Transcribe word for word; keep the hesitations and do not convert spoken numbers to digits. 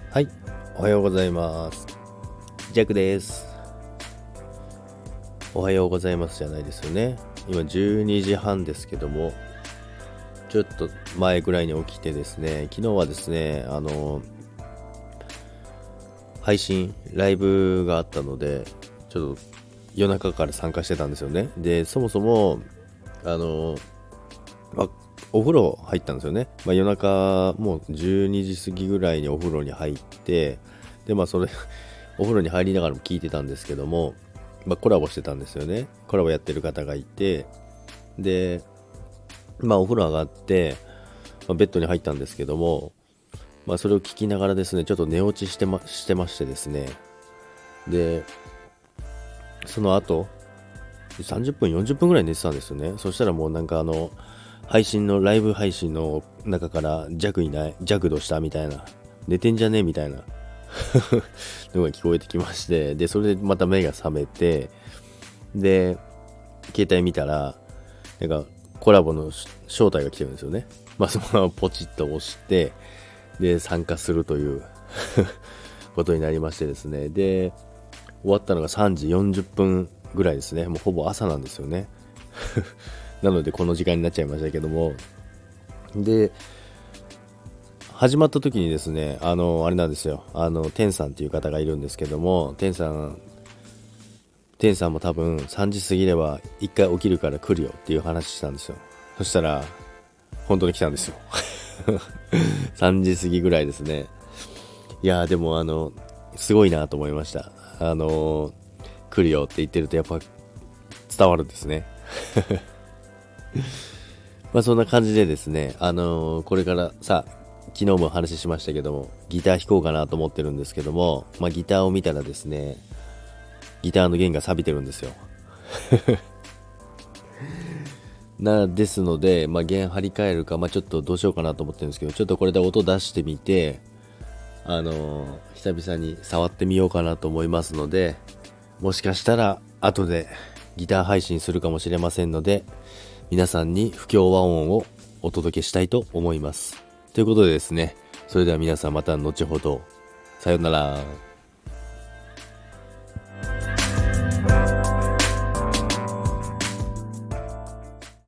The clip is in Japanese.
はい、おはようございます。ジャックです。おはようございますじゃないですよね。今じゅうにじはんですけども、ちょっと前ぐらいに起きてですね、昨日はですね、あの配信ライブがあったので、ちょっと夜中から参加してたんですよね。で、そもそもあのまお風呂入ったんですよね。まあ、夜中もうじゅうにじ過ぎぐらいにお風呂に入って、でまあそれお風呂に入りながらも聞いてたんですけども、まあ、コラボしてたんですよね。コラボやってる方がいて、でまあお風呂上がって、まあ、ベッドに入ったんですけども、まあ、それを聞きながらですね、ちょっと寝落ちしてましてましてですね、でその後さんじゅっぷんよんじゅっぷんぐらい寝てたんですよね。そしたらもうなんかあの配信のライブ配信の中から弱いない弱度したみたいな、寝てんじゃねえみたいなのが聞こえてきまして、でそれでまた目が覚めて、で携帯見たらなんかコラボの招待が来てるんですよね。まあそのままポチッと押してで参加するということになりましてですね、で終わったのがさんじよんじゅっぷんぐらいですね。もうほぼ朝なんですよね。なのでこの時間になっちゃいましたけども、で始まった時にですね、あのあれなんですよ、あのテンさんっていう方がいるんですけども、テンさんテンさんも多分さんじ過ぎればいっかい起きるから来るよっていう話したんですよ。そしたら本当に来たんですよ。さんじ過ぎぐらいですね。いやーでもあのすごいなと思いました。あのー、来るよって言ってるとやっぱ伝わるんですね。まあそんな感じでですね、あのー、これからさ、昨日も話しましたけども、ギター弾こうかなと思ってるんですけども、まあギターを見たらですね、ギターの弦が錆びてるんですよ。なですので、まあ、弦張り替えるか、まあ、ちょっとどうしようかなと思ってるんですけど、ちょっとこれで音出してみて、あのー、久々に触ってみようかなと思いますので、もしかしたら後でギター配信するかもしれませんので、皆さんに不協和音をお届けしたいと思います。ということでですね、それでは皆さんまた後ほど。さようなら。